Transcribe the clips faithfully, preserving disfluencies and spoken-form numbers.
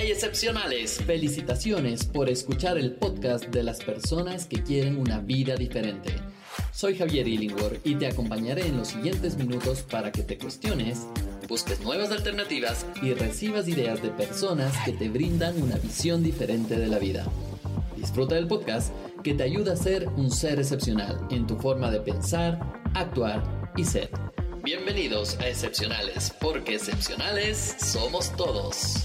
¡Hey, excepcionales! Felicitaciones por escuchar el podcast de las personas que quieren una vida diferente. Soy Javier Illingworth y te acompañaré en los siguientes minutos para que te cuestiones, Busques nuevas alternativas y recibas ideas de personas que te brindan una visión diferente de la vida. Disfruta del podcast que te ayuda a ser un ser excepcional en tu forma de pensar, actuar y ser. Bienvenidos a Excepcionales, porque excepcionales somos todos.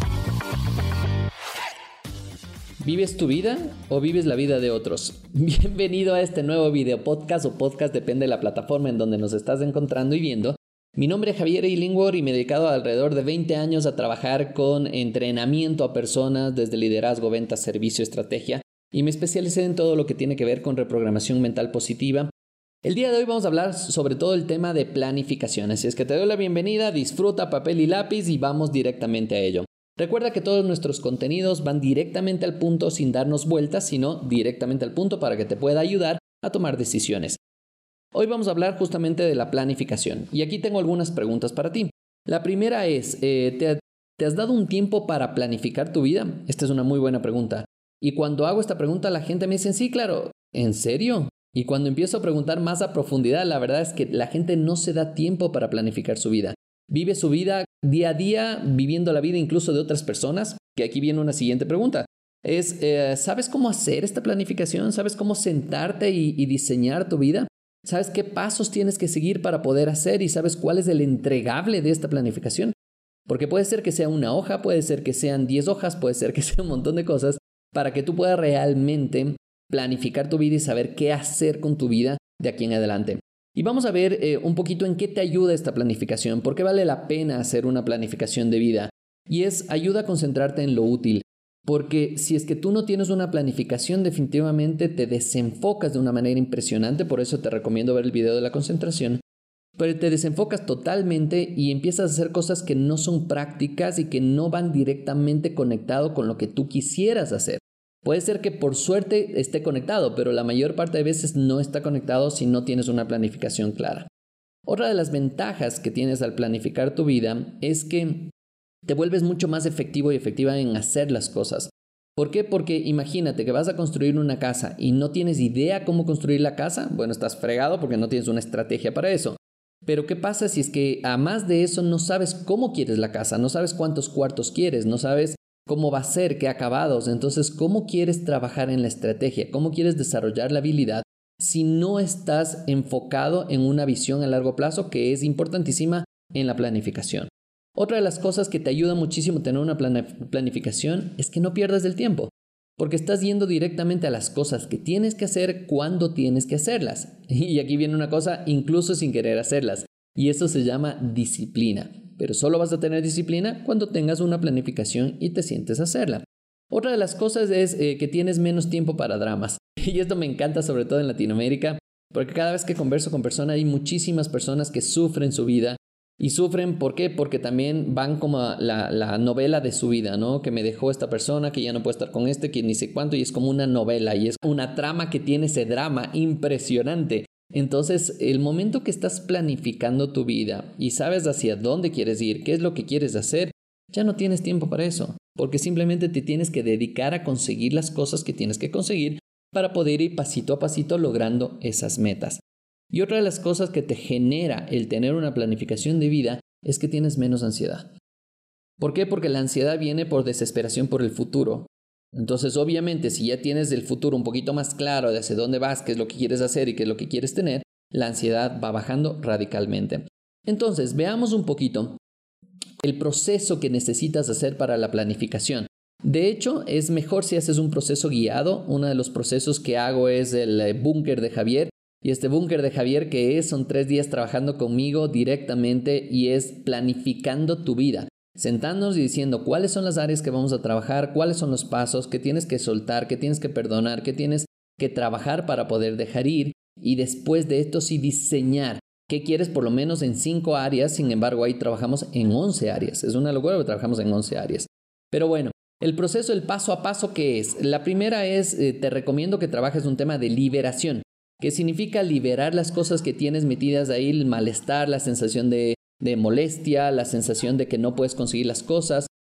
¿Vives tu vida o vives la vida de otros? Bienvenido a este nuevo video podcast o podcast, depende de la plataforma en donde nos estás encontrando y viendo. Mi nombre es Javier Illingworth y me he dedicado alrededor de veinte años a trabajar con entrenamiento a personas desde liderazgo, ventas, servicio, estrategia, y me especialicé en todo lo que tiene que ver con reprogramación mental positiva. El día de hoy vamos a hablar sobre todo el tema de planificación, así es que te doy la bienvenida, disfruta papel y lápiz y vamos directamente a ello. Recuerda que todos nuestros contenidos van directamente al punto sin darnos vueltas, sino directamente al punto para que te pueda ayudar a tomar decisiones. Hoy vamos a hablar justamente de la planificación y aquí tengo algunas preguntas para ti. La primera es, eh, ¿te, ¿te has dado un tiempo para planificar tu vida? Esta es una muy buena pregunta. Y cuando hago esta pregunta la gente me dice, sí, claro, ¿en serio? Y cuando empiezo a preguntar más a profundidad, la verdad es que la gente no se da tiempo para planificar su vida. Vive su vida día a día, viviendo la vida incluso de otras personas, que aquí viene una siguiente pregunta. Es, eh, ¿sabes cómo hacer esta planificación? ¿Sabes cómo sentarte y, y diseñar tu vida? ¿Sabes qué pasos tienes que seguir para poder hacer? ¿Y sabes cuál es el entregable de esta planificación? Porque puede ser que sea una hoja, puede ser que sean diez hojas, puede ser que sea un montón de cosas para que tú puedas realmente planificar tu vida y saber qué hacer con tu vida de aquí en adelante. Y vamos a ver eh, un poquito en qué te ayuda esta planificación, por qué vale la pena hacer una planificación de vida. Y es, ayuda a concentrarte en lo útil. Porque si es que tú no tienes una planificación, definitivamente te desenfocas de una manera impresionante, por eso te recomiendo ver el video de la concentración. Pero te desenfocas totalmente y empiezas a hacer cosas que no son prácticas y que no van directamente conectado con lo que tú quisieras hacer. Puede ser que por suerte esté conectado, pero la mayor parte de veces no está conectado si no tienes una planificación clara. Otra de las ventajas que tienes al planificar tu vida es que te vuelves mucho más efectivo y efectiva en hacer las cosas. ¿Por qué? Porque imagínate que vas a construir una casa y no tienes idea cómo construir la casa. Bueno, estás fregado porque no tienes una estrategia para eso. Pero ¿qué pasa si es que además de eso no sabes cómo quieres la casa? No sabes cuántos cuartos quieres, no sabes cómo va a ser, qué acabados. Entonces, ¿cómo quieres trabajar en la estrategia? ¿Cómo quieres desarrollar la habilidad si no estás enfocado en una visión a largo plazo que es importantísima en la planificación? Otra de las cosas que te ayuda muchísimo a tener una planificación es que no pierdas el tiempo, porque estás yendo directamente a las cosas que tienes que hacer cuando tienes que hacerlas. Y aquí viene una cosa, incluso sin querer hacerlas, y eso se llama disciplina. Pero solo vas a tener disciplina cuando tengas una planificación y te sientes a hacerla. Otra de las cosas es eh, que tienes menos tiempo para dramas. Y esto me encanta sobre todo en Latinoamérica, porque cada vez que converso con personas hay muchísimas personas que sufren su vida. Y sufren, ¿por qué? Porque también van como a la, la novela de su vida, ¿no? Que me dejó esta persona, que ya no puede estar con este, que ni sé cuánto, y es como una novela, y es una trama que tiene ese drama impresionante. Entonces, el momento que estás planificando tu vida y sabes hacia dónde quieres ir, qué es lo que quieres hacer, ya no tienes tiempo para eso, porque simplemente te tienes que dedicar a conseguir las cosas que tienes que conseguir para poder ir pasito a pasito logrando esas metas. Y otra de las cosas que te genera el tener una planificación de vida es que tienes menos ansiedad. ¿Por qué? Porque la ansiedad viene por desesperación por el futuro. Entonces, obviamente, si ya tienes el futuro un poquito más claro de hacia dónde vas, qué es lo que quieres hacer y qué es lo que quieres tener, la ansiedad va bajando radicalmente. Entonces, veamos un poquito el proceso que necesitas hacer para la planificación. De hecho, es mejor si haces un proceso guiado. Uno de los procesos que hago es el búnker de Javier. Y este búnker de Javier que es, son tres días trabajando conmigo directamente y es planificando tu vida. Sentándonos y diciendo cuáles son las áreas que vamos a trabajar, cuáles son los pasos, qué tienes que soltar, qué tienes que perdonar, qué tienes que trabajar para poder dejar ir. Y después de esto sí diseñar qué quieres por lo menos en cinco áreas. Sin embargo, ahí trabajamos en once áreas. Es una locura porque trabajamos en once áreas. Pero bueno, el proceso, el paso a paso, ¿qué es? La primera es, eh, te recomiendo que trabajes un tema de liberación. Que significa liberar las cosas que tienes metidas ahí, el malestar, la sensación de, de molestia, la sensación de que no puedes conseguir las cosas.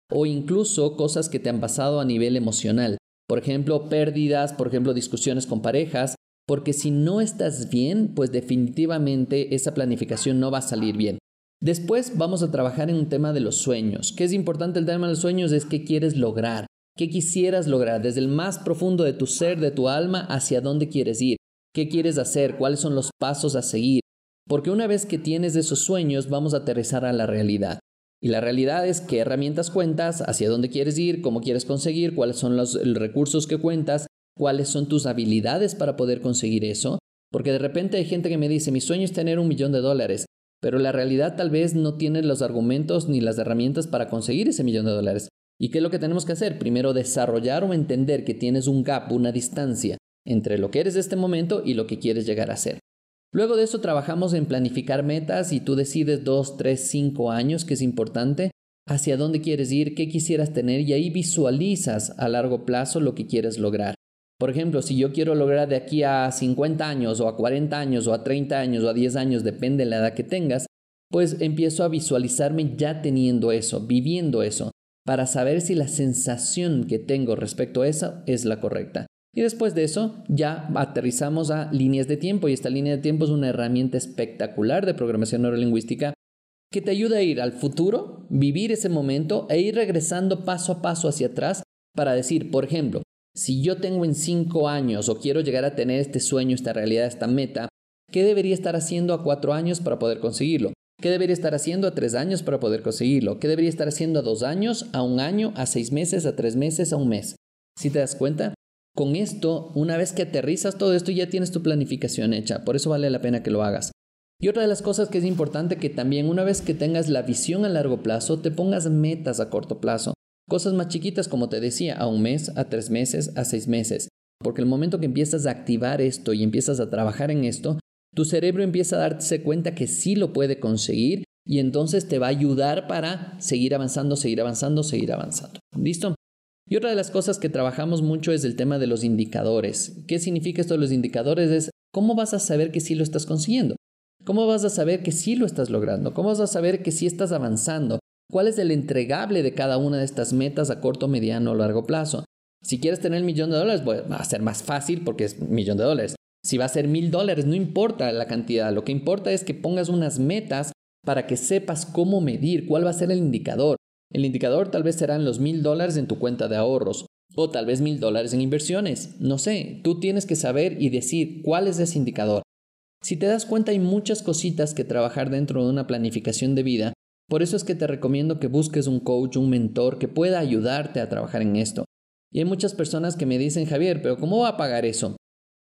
o incluso cosas que te han pasado a nivel emocional. Por ejemplo, pérdidas, por ejemplo, discusiones con parejas, porque si no estás bien, pues definitivamente esa planificación no va a salir bien. Después vamos a trabajar en un tema de los sueños. ¿Qué es importante el tema de los sueños? Es qué quieres lograr, qué quisieras lograr desde el más profundo de tu ser, de tu alma, hacia dónde quieres ir, qué quieres hacer, cuáles son los pasos a seguir. Porque una vez que tienes esos sueños, vamos a aterrizar a la realidad. Y la realidad es qué herramientas cuentas, hacia dónde quieres ir, cómo quieres conseguir, cuáles son los recursos que cuentas, cuáles son tus habilidades para poder conseguir eso. Porque de repente hay gente que me dice, mi sueño es tener un millón de dólares, pero la realidad tal vez no tiene los argumentos ni las herramientas para conseguir ese millón de dólares. ¿Y qué es lo que tenemos que hacer? Primero, desarrollar o entender que tienes un gap, una distancia entre lo que eres de este momento y lo que quieres llegar a ser. Luego de eso trabajamos en planificar metas y tú decides dos, tres, cinco años, que es importante, hacia dónde quieres ir, qué quisieras tener y ahí visualizas a largo plazo lo que quieres lograr. Por ejemplo, si yo quiero lograr de aquí a cincuenta años o a cuarenta años o a treinta años o a diez años, depende de la edad que tengas, pues empiezo a visualizarme ya teniendo eso, viviendo eso, para saber si la sensación que tengo respecto a eso es la correcta. Y después de eso ya aterrizamos a líneas de tiempo y esta línea de tiempo es una herramienta espectacular de programación neurolingüística que te ayuda a ir al futuro, vivir ese momento e ir regresando paso a paso hacia atrás para decir, por ejemplo, si yo tengo en cinco años o quiero llegar a tener este sueño, esta realidad, esta meta, ¿qué debería estar haciendo a cuatro años para poder conseguirlo? ¿Qué debería estar haciendo a tres años para poder conseguirlo? ¿Qué debería estar haciendo a dos años, a un año, a seis meses, a tres meses, a un mes? ¿Sí te das cuenta? Con esto, una vez que aterrizas todo esto, ya tienes tu planificación hecha. Por eso vale la pena que lo hagas. Y otra de las cosas que es importante que también una vez que tengas la visión a largo plazo, te pongas metas a corto plazo. Cosas más chiquitas, como te decía, a un mes, a tres meses, a seis meses. Porque el momento que empiezas a activar esto y empiezas a trabajar en esto, tu cerebro empieza a darse cuenta que sí lo puede conseguir y entonces te va a ayudar para seguir avanzando, seguir avanzando, seguir avanzando. ¿Listo? Y otra de las cosas que trabajamos mucho es el tema de los indicadores. ¿Qué significa esto de los indicadores? Es cómo vas a saber que sí lo estás consiguiendo. ¿Cómo vas a saber que sí lo estás logrando? ¿Cómo vas a saber que sí estás avanzando? ¿Cuál es el entregable de cada una de estas metas a corto, mediano o largo plazo? Si quieres tener el millón de dólares, bueno, va a ser más fácil porque es un millón de dólares. Si va a ser mil dólares, no importa la cantidad. Lo que importa es que pongas unas metas para que sepas cómo medir, cuál va a ser el indicador. El indicador tal vez serán los mil dólares en tu cuenta de ahorros o tal vez mil dólares en inversiones. No sé, tú tienes que saber y decir cuál es ese indicador. Si te das cuenta, hay muchas cositas que trabajar dentro de una planificación de vida. Por eso es que te recomiendo que busques un coach, un mentor que pueda ayudarte a trabajar en esto. Y hay muchas personas que me dicen, Javier, pero ¿cómo va a pagar eso?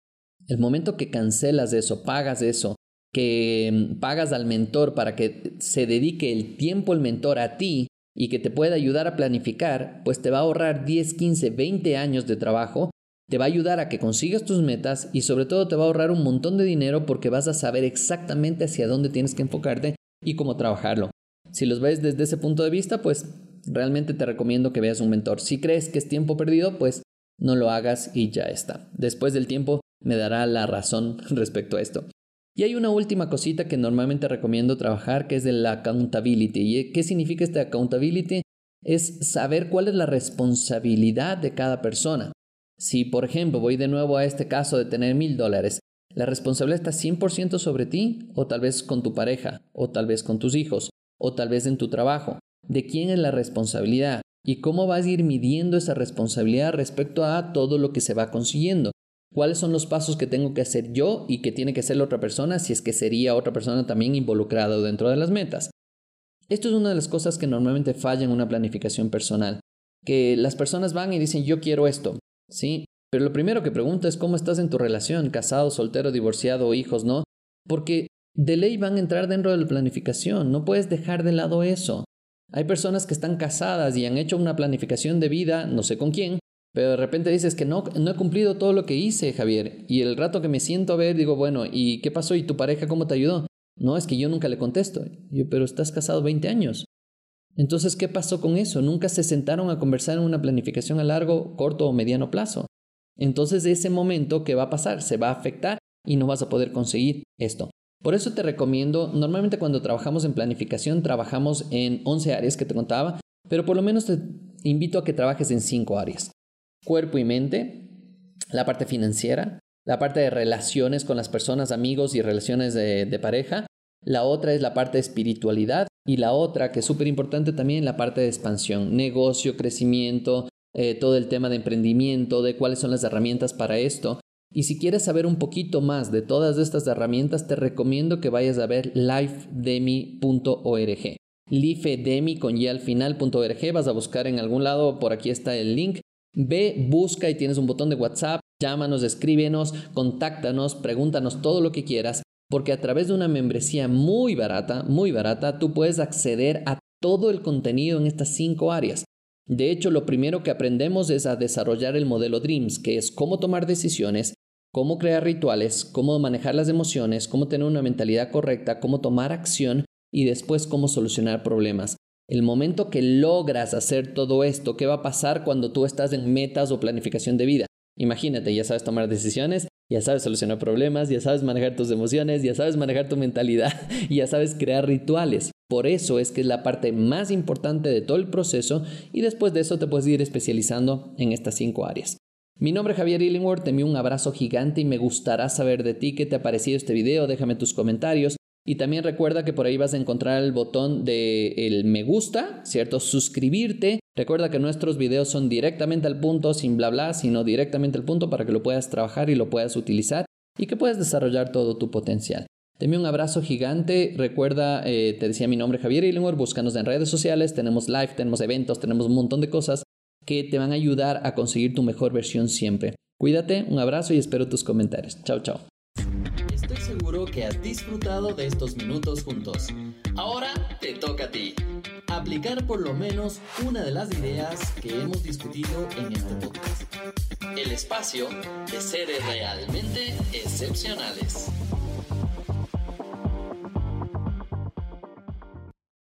El momento que cancelas eso, pagas eso, que pagas al mentor para que se dedique el tiempo el mentor a ti, y que te pueda ayudar a planificar, pues te va a ahorrar diez, quince, veinte años de trabajo, te va a ayudar a que consigas tus metas y sobre todo te va a ahorrar un montón de dinero porque vas a saber exactamente hacia dónde tienes que enfocarte y cómo trabajarlo. Si los ves desde ese punto de vista, pues realmente te recomiendo que veas un mentor. Si crees que es tiempo perdido, pues no lo hagas y ya está. Después del tiempo me dará la razón respecto a esto. Y hay una última cosita que normalmente recomiendo trabajar, que es de la accountability. ¿Y qué significa esta accountability? Es saber cuál es la responsabilidad de cada persona. Si, por ejemplo, voy de nuevo a este caso de tener mil dólares, ¿la responsabilidad está cien por ciento sobre ti? O tal vez con tu pareja, o tal vez con tus hijos, o tal vez en tu trabajo. ¿De quién es la responsabilidad? ¿Y cómo vas a ir midiendo esa responsabilidad respecto a todo lo que se va consiguiendo? ¿Cuáles son los pasos que tengo que hacer yo y que tiene que hacer la otra persona si es que sería otra persona también involucrada dentro de las metas? Esto es una de las cosas que normalmente falla en una planificación personal. Que las personas van y dicen, yo quiero esto, ¿sí? Pero lo primero que pregunto es cómo estás en tu relación, casado, soltero, divorciado, hijos, ¿no? Porque de ley van a entrar dentro de la planificación, no puedes dejar de lado eso. Hay personas que están casadas y han hecho una planificación de vida, no sé con quién, pero de repente dices que no, no he cumplido todo lo que hice, Javier. Y el rato que me siento a ver, digo, bueno, ¿y qué pasó? ¿Y tu pareja cómo te ayudó? No, es que yo nunca le contesto. Yo, pero estás casado veinte años. Entonces, ¿qué pasó con eso? Nunca se sentaron a conversar en una planificación a largo, corto o mediano plazo. Entonces, ese momento, ¿qué va a pasar? Se va a afectar y no vas a poder conseguir esto. Por eso te recomiendo, normalmente cuando trabajamos en planificación, trabajamos en once áreas que te contaba, pero por lo menos te invito a que trabajes en cinco áreas. Cuerpo y mente, la parte financiera, la parte de relaciones con las personas, amigos y relaciones de, de pareja. La otra es la parte de espiritualidad y la otra, que es súper importante también, la parte de expansión, negocio, crecimiento, eh, todo el tema de emprendimiento, de cuáles son las herramientas para esto. Y si quieres saber un poquito más de todas estas herramientas, te recomiendo que vayas a ver lifedemy punto org. lifedemy con y al final punto org. Vas a buscar en algún lado, por aquí está el link. Ve, busca y tienes un botón de WhatsApp. Llámanos, escríbenos, contáctanos, pregúntanos todo lo que quieras. Porque a través de una membresía muy barata, muy barata, tú puedes acceder a todo el contenido en estas cinco áreas. De hecho, lo primero que aprendemos es a desarrollar el modelo DREAMS, que es cómo tomar decisiones, cómo crear rituales, cómo manejar las emociones, cómo tener una mentalidad correcta, cómo tomar acción y después cómo solucionar problemas. El momento que logras hacer todo esto, ¿qué va a pasar cuando tú estás en metas o planificación de vida? Imagínate, ya sabes tomar decisiones, ya sabes solucionar problemas, ya sabes manejar tus emociones, ya sabes manejar tu mentalidad y ya sabes crear rituales. Por eso es que es la parte más importante de todo el proceso y después de eso te puedes ir especializando en estas cinco áreas. Mi nombre es Javier Illingworth, te envío un abrazo gigante y me gustará saber de ti qué te ha parecido este video, déjame tus comentarios. Y también recuerda que por ahí vas a encontrar el botón de el me gusta, ¿cierto? Suscribirte. Recuerda que nuestros videos son directamente al punto, sin bla bla, sino directamente al punto para que lo puedas trabajar y lo puedas utilizar y que puedas desarrollar todo tu potencial. Te envío un abrazo gigante. Recuerda, eh, te decía mi nombre Javier Illingworth, búscanos en redes sociales, tenemos live, tenemos eventos, tenemos un montón de cosas que te van a ayudar a conseguir tu mejor versión siempre. Cuídate, un abrazo y espero tus comentarios. Chao, chao. Estoy seguro que has disfrutado de estos minutos juntos. Ahora te toca a ti aplicar por lo menos una de las ideas que hemos discutido en este podcast. El espacio de seres realmente excepcionales.